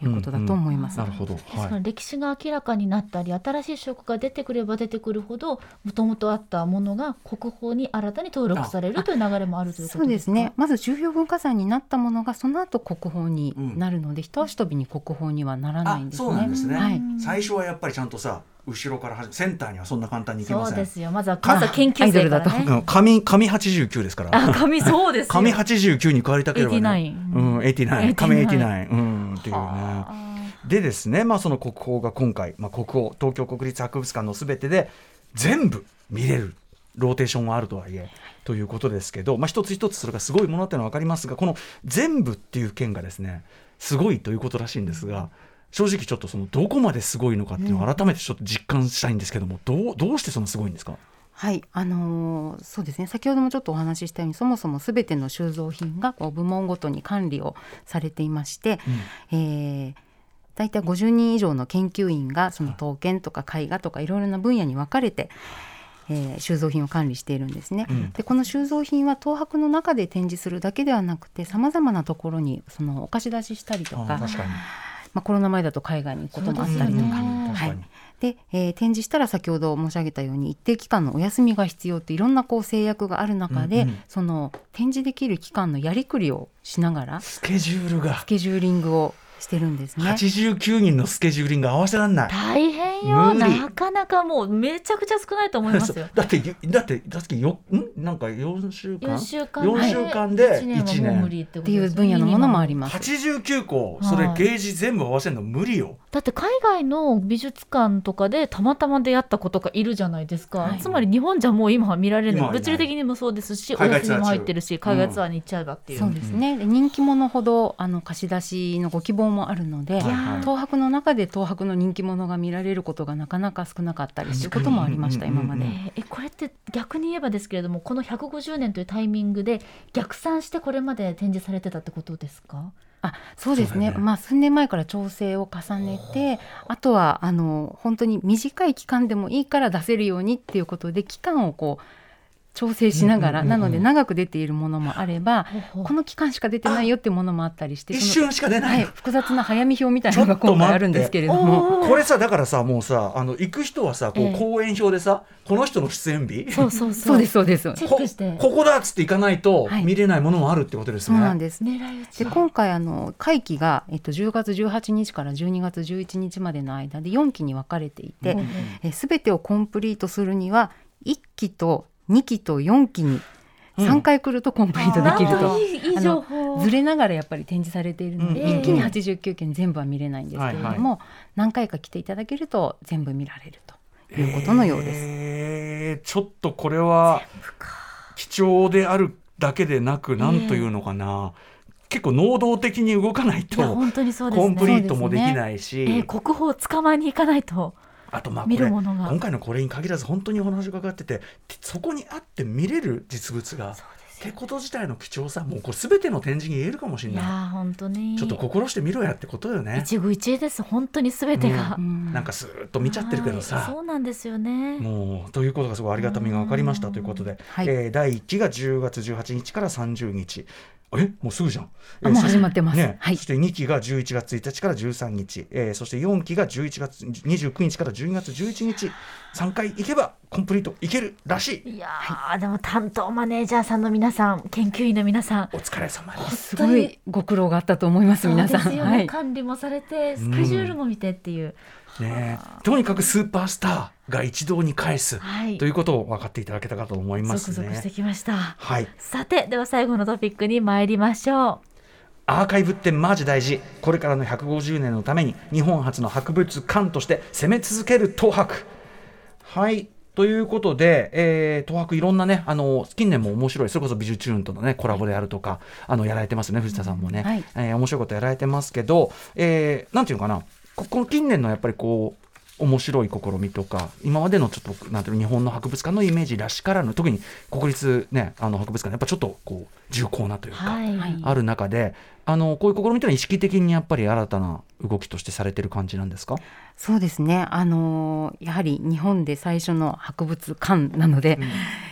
いうことだと思います。 なるほど、はい、 歴史が明らかになったり新しい証拠が出てくれば出てくるほどもともとあったものが国宝に新たに登録されるという流れもあるということですか？ そうですね、まず重要文化財になったものがその後国宝になるので、一足飛びに国宝にはならないんですね。 そうなんですね、 はい、 最初はやっぱりちゃんとさ後ろからセンターにはそんな簡単にいけません。 そうですよ、まずは研究生からね。 紙89ですから。 そうですよ。 紙89に変わりたければね。89、紙89、っていうね。でですね、その国宝が今回、国宝東京国立博物館のすべてで全部見れるローテーションはあるとはいえということですけど、一つ一つそれがすごいものっていうのは分かりますが、この全部っていう件がですねすごいということらしいんですが、正直ちょっとそのどこまですごいのかっていうのを改めてちょっと実感したいんですけども、どうしてそのすごいんですか？ はい、そうですね、先ほどもちょっとお話ししたようにそもそもすべての収蔵品が部門ごとに管理をされていまして、だいたい50人以上の研究員がその刀剣とか絵画とかいろいろな分野に分かれて、収蔵品を管理しているんですね。でこの収蔵品は東博の中で展示するだけではなくて、さまざまなところにそのお貸し出ししたりとか、 確かにコロナ前だと海外に行くこともあったりとか、で展示したら先ほど申し上げたように一定期間のお休みが必要っていろんな制約がある中で、その展示できる期間のやりくりをしながらスケジューリングをしてるんですね。 89人のスケジューリング合わせられない。 大変よ、なかなかもうめちゃくちゃ少ないと思いますよ。 だってなんか4週間で1年っていう分野のものもあります。 89個それゲージ全部合わせるの無理よ。 だって海外の美術館とかでたまたま出会った子とかいるじゃないですか、つまり日本じゃもう今は見られない、物理的にもそうですし、お休みも入ってるし、海外ツアーに行っちゃえばっていう、 そうですね。で人気者ほど貸し出しのご希望もあるので、東博の中で東博の人気者が見られることがなかなか少なかったりということもありました、今まで。 これって逆に言えばですけれども、この150年というタイミングで逆算してこれまで展示されてたってことですか？ そうですね、数年前から調整を重ねて、あとは本当に短い期間でもいいから出せるようにっていうことで期間を調整しながら、なので長く出ているものもあれば、この期間しか出てないよっていうものもあったりして、 一瞬しか出ない、 複雑な早見表みたいなのが今回あるんですけれども、 これさだからさもうさ行く人はさ講演表でさこの人の出演日そうですチェックしてここだっつって行かないと見れないものもあるってことですね。 そうなんですね。で今回会期が、10月18日から12月11日までの間で4期に分かれていて、全てをコンプリートするには1期と2期と4期に3回来るとコンプリートできると、ずれながらやっぱり展示されているので、一気に89件全部は見れないんですけれども、何回か来ていただけると全部見られるということのようです。 ちょっとこれは貴重であるだけでなく、なんというのかな、結構能動的に動かないとコンプリートもできないし、 国宝を捕まえに行かないと。 あとこれ今回のこれに限らず本当にお話がかかってて、そこにあって見れる実物がってこと自体の貴重さ、もうこれ全ての展示に言えるかもしれない。 いや本当にちょっと心して見ろやってことよね。 一期一会です、本当に全てが、 なんかスーッと見ちゃってるけどさ、 そうなんですよね。 もうということがすごいありがたみが分かりましたということで、第1期が10月18日から30日、もうすぐじゃん。 もう始まってます、 そして2期が11月1日から13日、そして4期が11月29日から12月11日、3回行けばコンプリートいけるらしい。 いやでも担当マネージャーさんの皆さん、研究員の皆さん、 お疲れ様です。 すごいご苦労があったと思います。皆さんですよね、管理もされてスケジュールも見てっていう、 とにかくスーパースターが一堂に会す、ということを分かっていただけたかと思いますね。 ゾクゾクしてきました、さてでは最後のトピックに参りましょう。 アーカイブってマジ大事。これからの150年のために日本初の博物館として攻め続ける東博。ということで、東博いろんなね、近年も面白い、それこそ美術チューンとのねコラボであるとか、やられてますね、藤田さんもね、面白いことやられてますけど、なんていうのかな、この近年のやっぱり面白い試みとか、今までのちょっとなんていうの、日本の博物館のイメージらしからぬ、特に国立ね博物館やっぱちょっと重厚なというか、ある中でこういう試みというのは意識的にやっぱり新たな動きとしてされてる感じなんですか？ そうですね、やはり日本で最初の博物館なので、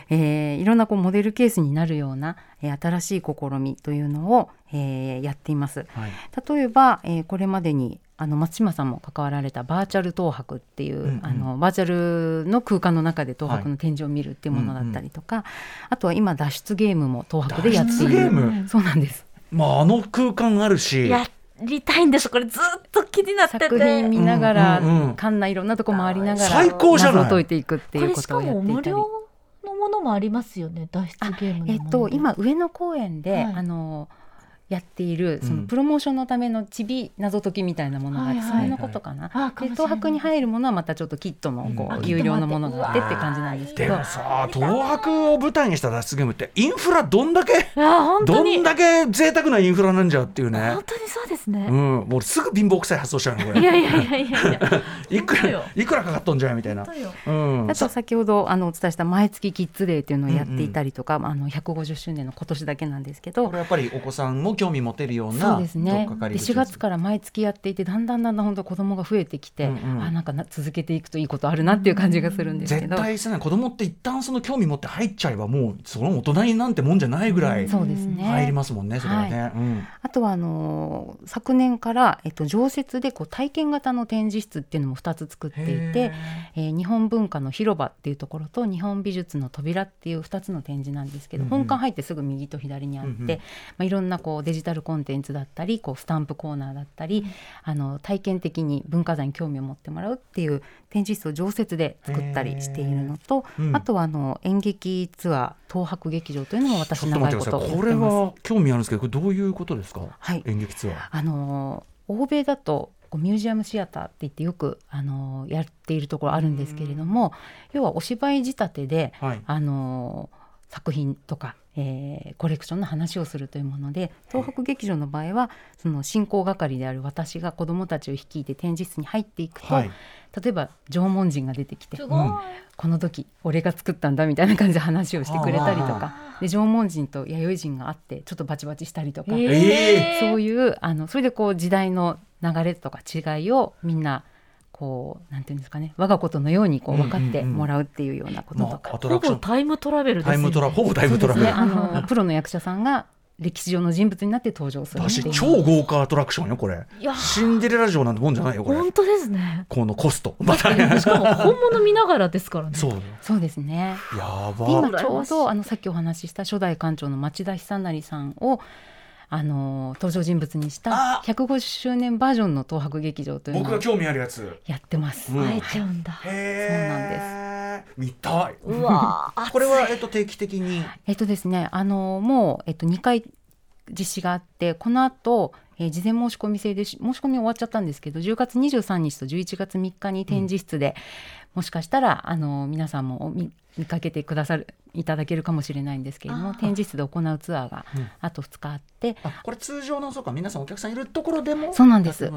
いろんなこうモデルケースになるような、新しい試みというのを、やっています。 はい、 例えば、これまでに松島さんも関わられたバーチャル東博っていう、バーチャルの空間の中で東博の展示を見るっていうものだったりとか、あとは今脱出ゲームも東博でやっている。 脱出ゲーム、 そうなんです。 あの空間あるしやりたいんです。これずっと気になってて、 作品見ながら、館内いろんなとこ回りながら最高じゃない。 謎を解いていくっていうことをやっていたり。 これしかも無料のものもありますよね、脱出ゲームのもので。 今上野公園で、やっているそのプロモーションのためのちび謎解きみたいなものがあって、それのことかな。で東博に入るものはまたちょっとキットの有料のものがあってって感じなんですけど、 でもさ、東博を舞台にした脱出ゲームってインフラどんだけ贅沢なインフラなんじゃっていうね。 本当にそうですね。 もうすぐ貧乏くさい発想しちゃうのこれ。 いやいくらかかっとんじゃいみたいな。 あと先ほどお伝えした毎月キッズデーっていうのをやっていたりとか、150周年の今年だけなんですけど、 これやっぱりお子さんも興味持てるような。 そうですね。で4月から毎月やっていて、だんだん本当子供が増えてきて、なんか続けていくといいことあるなっていう感じがするんですけど、 絶対ですね。子供って一旦その興味持って入っちゃえばもうその大人になんてもんじゃないぐらい入りますもんね。それはね。 あとは昨年から、常設で体験型の展示室っていうのも2つ作っていて、日本文化の広場っていうところと日本美術の扉っていう2つの展示なんですけど、本館入ってすぐ右と左にあって、いろんなデジタルコンテンツだったりスタンプコーナーだったり、体験的に文化財に興味を持ってもらうっていう展示室を常設で作ったりしているのと、あとは演劇ツアー東博劇場というのも私長いことやってます。 これは興味あるんですけど、これどういうことですか？ はい、 演劇ツアー。 欧米だとミュージアムシアターって言ってよくやっているところあるんですけれども、要はお芝居仕立てで、作品とかコレクションの話をするというもので、東博劇場の場合はその進行係である私が子どもたちを率いて展示室に入っていくと、例えば縄文人が出てきて、この時俺が作ったんだみたいな感じで話をしてくれたりとかで、縄文人と弥生人があってちょっとバチバチしたりとか、そういうそれで時代の流れとか違いをみんななんていうんですかね、我がことのように分かってもらうっていうようなこととか、 ほぼタイムトラベルですよね。 ほぼタイムトラベル、 プロの役者さんが歴史上の人物になって登場するっていう。 超豪華アトラクションよこれ。シンデレラ城なんてもんじゃないよこれ。 本当ですね。 このコストしかも本物見ながらですからね。 そうですね。 やば。 今ちょうどさっきお話しした初代館長の町田久成さんを登場人物にした150周年バージョンの東博劇場というのを僕が興味あるやつやってます。 会えちゃうんだ。 そうなんです。見たい。 うわこれは定期的にですね、もう2回実施があって、この後事前申し込み制で申し込み終わっちゃったんですけど、10月23日と11月3日に展示室で、もしかしたら皆さんも見かけていただけるかもしれないんですけれども、展示室で行うツアーがあと2日あって、 これ通常の皆さんお客さんいるところでもそうなんです、はい、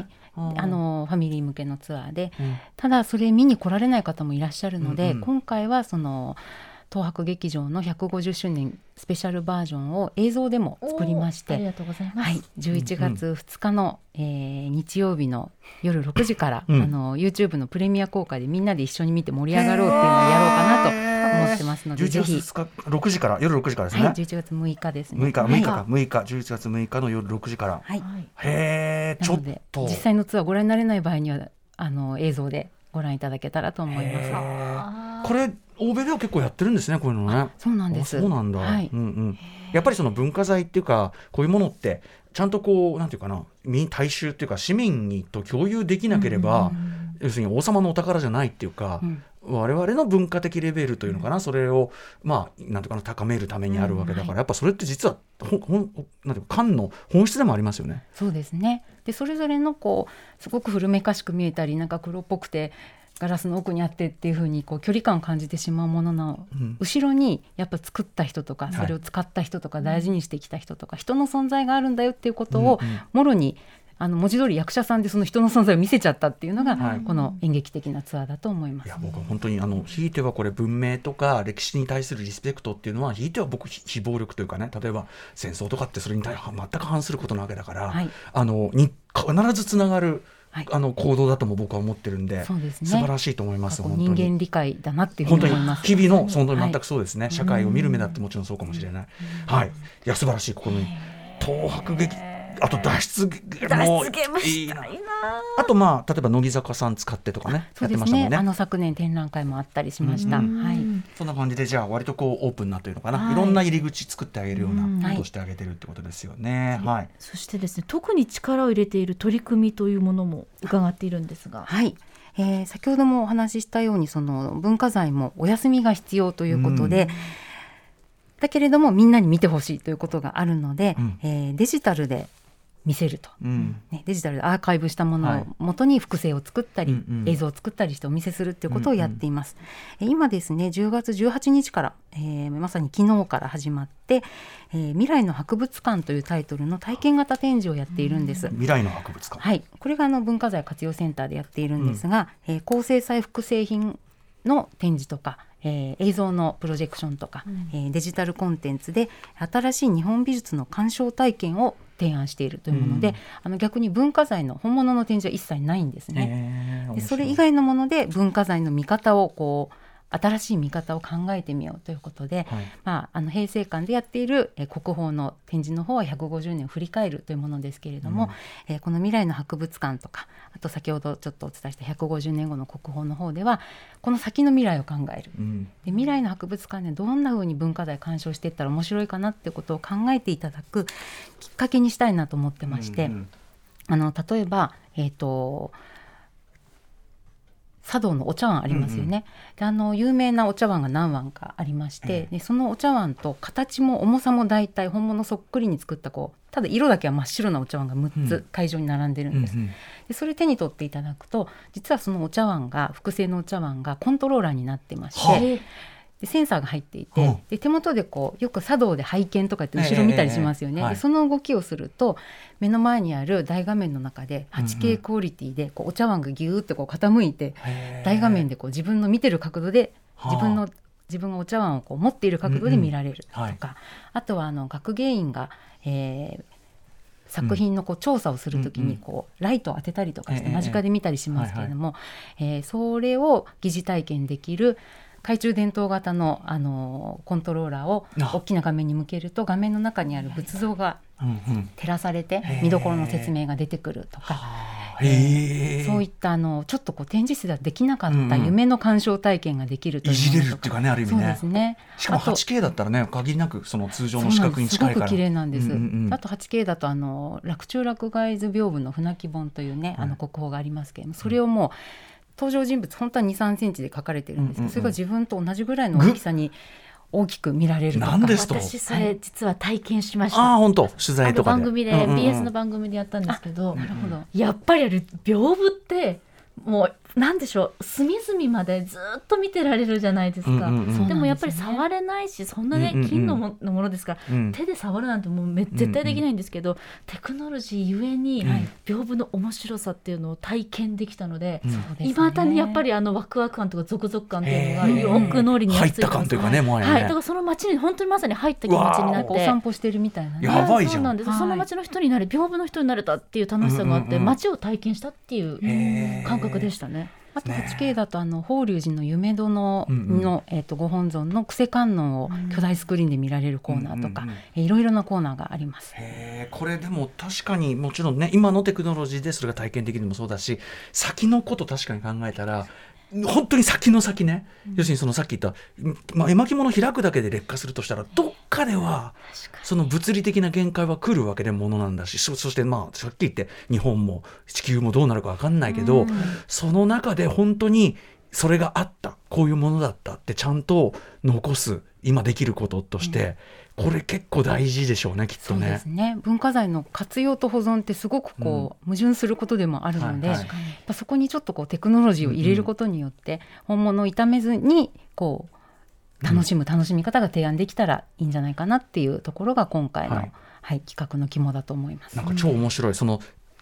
ファミリー向けのツアーで、ただそれ見に来られない方もいらっしゃるので、今回はその東博劇場の150周年スペシャルバージョンを映像でも作りまして、 ありがとうございます。 11月2日の、日曜日の夜6時から、YouTube のプレミア公開でみんなで一緒に見て盛り上がろうっていうのをやろうかなと思ってますので、ぜひ 11月6時から夜6時からですね。 11月6日ですね。 6日11月6日の夜6時から。ちょっと実際のツアーご覧になれない場合には映像でご覧いただけたらと思います。 これ欧米では結構やってるんですね、こういうのね。 そうなんです。 そうなんだ。やっぱりその文化財っていうかこういうものってちゃんとなんていうかな、大衆っていうか市民にと共有できなければ、要するに王様のお宝じゃないっていうか、我々の文化的レベルというのかな、それをなんていうかな、高めるためにあるわけだから、やっぱそれって実はなんていうか館の本質でもありますよね。 そうですね。でそれぞれのすごく古めかしく見えたり、なんか黒っぽくてガラスの奥にあってっていう風に距離感を感じてしまうものの、後ろにやっぱ作った人とか、それを使った人とか、大事にしてきた人とか、人の存在があるんだよっていうことを、もろに文字通り役者さんでその人の存在を見せちゃったっていうのが、この演劇的なツアーだと思います。 いや僕は本当にひいてはこれ文明とか歴史に対するリスペクトっていうのは、ひいては僕非暴力というかね、例えば戦争とかってそれに全く反することなわけだから、必ずつながる行動だとも僕は思ってるんで、 そうですね、 素晴らしいと思います。本当に人間理解だなっていうふうに思います。 日々の本当に全くそうですね、社会を見る目だってもちろんそうかもしれない、はい、いや素晴らしい試み。東博劇、あと脱出ゲームいいな。あと例えば乃木坂さん使ってとかね、 そうですね、やってましたもんね。昨年展覧会もあったりしました。はい、 そんな感じでじゃあ割とオープンなというのかな、いろんな入り口作ってあげるようなことをしてあげてるってことですよね。はい、 そしてですね、特に力を入れている取り組みというものも伺っているんですが、 はい、先ほどもお話ししたようにその文化財もお休みが必要ということで、だけれどもみんなに見てほしいということがあるので、デジタルで見せると、デジタルでアーカイブしたものを元に複製を作ったり、映像を作ったりしてお見せするということをやっています。今ですね、10月18日から、まさに昨日から始まって、未来の博物館というタイトルの体験型展示をやっているんです。 未来の博物館、 はい、これが文化財活用センターでやっているんですが、高精細複製品の展示とか、映像のプロジェクションとか、デジタルコンテンツで新しい日本美術の鑑賞体験を提案しているというもので、逆に文化財の本物の展示は一切ないんですね。でそれ以外のもので文化財の見方を新しい見方を考えてみようということで、平成館でやっている、国宝の展示の方は150年を振り返るというものですけれども、この未来の博物館とか、あと先ほどちょっとお伝えした150年後の国宝の方ではこの先の未来を考える、で未来の博物館でどんな風に文化財鑑賞していったら面白いかなってことを考えていただくきっかけにしたいなと思ってまして、例えば茶道のお茶碗ありますよね。で有名なお茶碗が何碗かありまして、でそのお茶碗と形も重さも大体本物そっくりに作ったただ色だけは真っ白なお茶碗が6つ会場に並んでるんです。でそれ手に取っていただくと、実はそのお茶碗が複製のお茶碗がコントローラーになってまして、でセンサーが入っていて、で手元でよく茶道で拝見とかって後ろ見たりしますよね。でその動きをすると目の前にある大画面の中で 8K クオリティでお茶碗がギューって傾いて、大画面で自分の見てる角度で自分がお茶碗を持っている角度で見られるとか、あとは学芸員が、作品の調査をするときにライトを当てたりとかして間近で見たりしますけれども、それを疑似体験できる懐中電灯型の、コントローラーを大きな画面に向けると画面の中にある仏像が照らされて見どころの説明が出てくるとか、そういったちょっと展示室ではできなかった夢の鑑賞体験ができるといういじれるっていうかね、ある意味ね。 そうですね。 しかも 8K だったらね、限りなくその通常の視覚に近いから、 すごく綺麗なんです。あと 8K だと洛中洛外図屏風の船木本というね、国宝がありますけれども、それをもう登場人物本当は 2,3 センチで描かれてるんですけど、それが自分と同じぐらいの大きさに大きく見られるとか。 なんですと。 私それ実は体験しました。 本当、取材とかで番組で、BS の番組でやったんですけど、 なるほど。 やっぱり屏風ってもうなんでしょう、隅々までずっと見てられるじゃないですか。でもやっぱり触れないし、そんなね、金のものですから、手で触るなんてもう絶対できないんですけど、テクノロジーゆえに屏風の面白さっていうのを体験できたので、いまだにやっぱりワクワク感とかゾクゾク感っていうのがよく脳裏に入った感というかね、もうね。 だからその街に本当にまさに入った気持ちになって、 お散歩してるみたいなね。 やばいじゃん。 そうなんです。その街の人になる、屏風の人になれたっていう楽しさがあって、街を体験したっていう感覚でしたね。 あと 8K だと法隆寺の夢殿の、ご本尊の救世観音を巨大スクリーンで見られるコーナーとか、いろいろなコーナーがあります。 これでも確かにもちろんね、今のテクノロジーでそれが体験できるのもそうだし、先のこと確かに考えたら本当に先の先ね、要するにそのさっき言った、絵巻物開くだけで劣化するとしたら、どっかではその物理的な限界は来るわけでものなんだし、そしてさっき言って日本も地球もどうなるか分かんないけど、その中で本当にそれがあった、こういうものだったってちゃんと残す、今できることとして、これ結構大事でしょうね、きっとね。 そうですね。文化財の活用と保存ってすごく矛盾することでもあるので、そこにちょっとテクノロジーを入れることによって、本物を傷めずに楽しみ方が提案できたらいいんじゃないかなっていうところが今回の、企画の肝だと思います。 なんか超面白い、その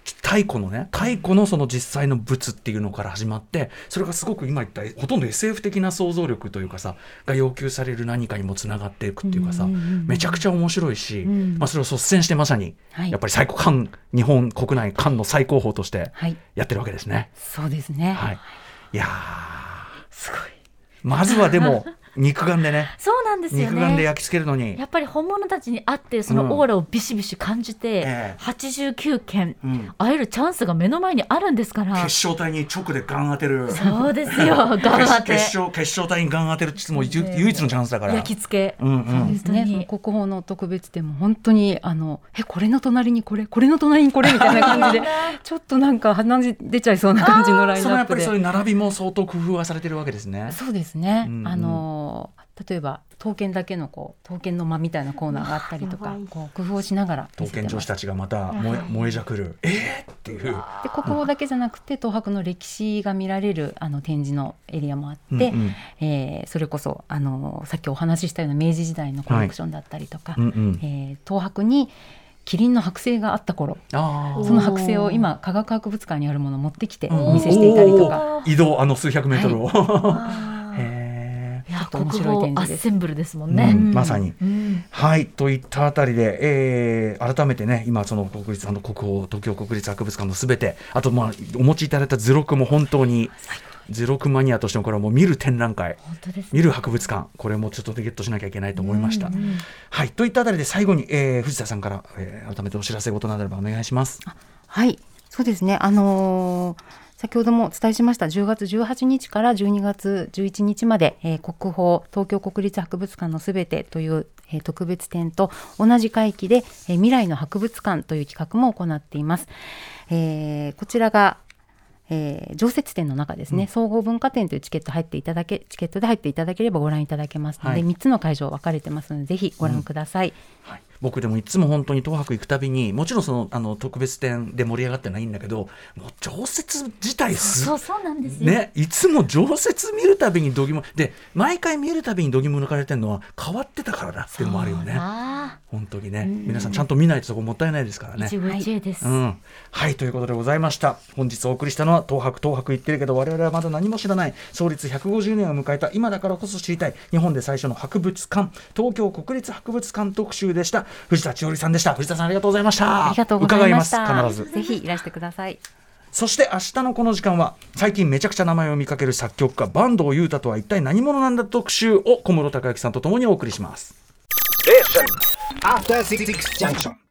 太古のその実際の物っていうのから始まって、それがすごく今言ったほとんど SF 的な想像力というかさが要求される何かにもつながっていくっていうかさ、めちゃくちゃ面白いし、それを率先してまさにやっぱり日本国内缶の最高峰としてやってるわけですね。 そうですね、 はい、いやすごい。 まずはでも肉眼でねそうなんですよね。 肉眼で焼き付けるのにやっぱり本物たちに会ってそのオーラをビシビシ感じて、89件会えるチャンスが目の前にあるんですから、 決勝体に直でガン当てる。 そうですよガン当て決勝体にガン当てるってもう唯一のチャンスだから焼き付け、 そうですね、その国宝の特別展も本当にこれの隣にこれの隣にこれみたいな感じでちょっとなんか鼻血出ちゃいそうな感じのラインナップで、 そのやっぱりそういう並びも相当工夫はされてるわけですね。 そうですね、例えば刀剣だけの刀剣の間みたいなコーナーがあったりとか工夫をしながら刀剣女子たちがまた燃えじゃくるっていうで国宝だけじゃなくて東博の歴史が見られる展示のエリアもあって、それこそさっきお話ししたような明治時代のコレクションだったりとか、東博にキリンの剥製があった頃、その剥製を今科学博物館にあるものを持ってきてお見せしていたりとか、 移動数百メートルを、 国宝アッセンブルですもんね、 まさに、はいといったあたりで、改めてね今その国立国宝東京国立博物館のすべて、あとお持ちいただいた図録も本当に図録マニアとしてもこれはもう見る展覧会、見る博物館、これもちょっとゲットしなきゃいけないと思いました。はいといったあたりで最後に、藤田さんから、改めてお知らせ事などあればお願いします。 はい、そうですね、先ほどもお伝えしました10月18日から12月11日まで、国宝東京国立博物館のすべてという、特別展と同じ会期で、未来の博物館という企画も行っています。こちらが常設展の中ですね、総合文化展というチケットで入っていただければご覧いただけますので、3つの会場分かれてますのでぜひご覧ください。 僕でもいつも本当に東博行くたびにもちろんその特別展で盛り上がってないんだけど、もう常設自体そうなんですよ、 ね、いつも常設見るたびに度肝で毎回見るたびに度肝抜かれてるのは変わってたからだっていうのもあるよね。本当にね、皆さんちゃんと見ないとそこもったいないですからね。 一期一会です、 はいということでございました。本日お送りしたのは東博言ってるけど我々はまだ何も知らない、創立150年を迎えた今だからこそ知りたい日本で最初の博物館、東京国立博物館特集でした。藤田千織さんでした。藤田さんありがとうございました。 ありがとうございました。 伺います。必ずぜひいらしてください。 そして明日のこの時間は最近めちゃくちゃ名前を見かける作曲家坂東裕太とは一体何者なんだ特集を小室孝之さんとともにお送りします。After 66 junction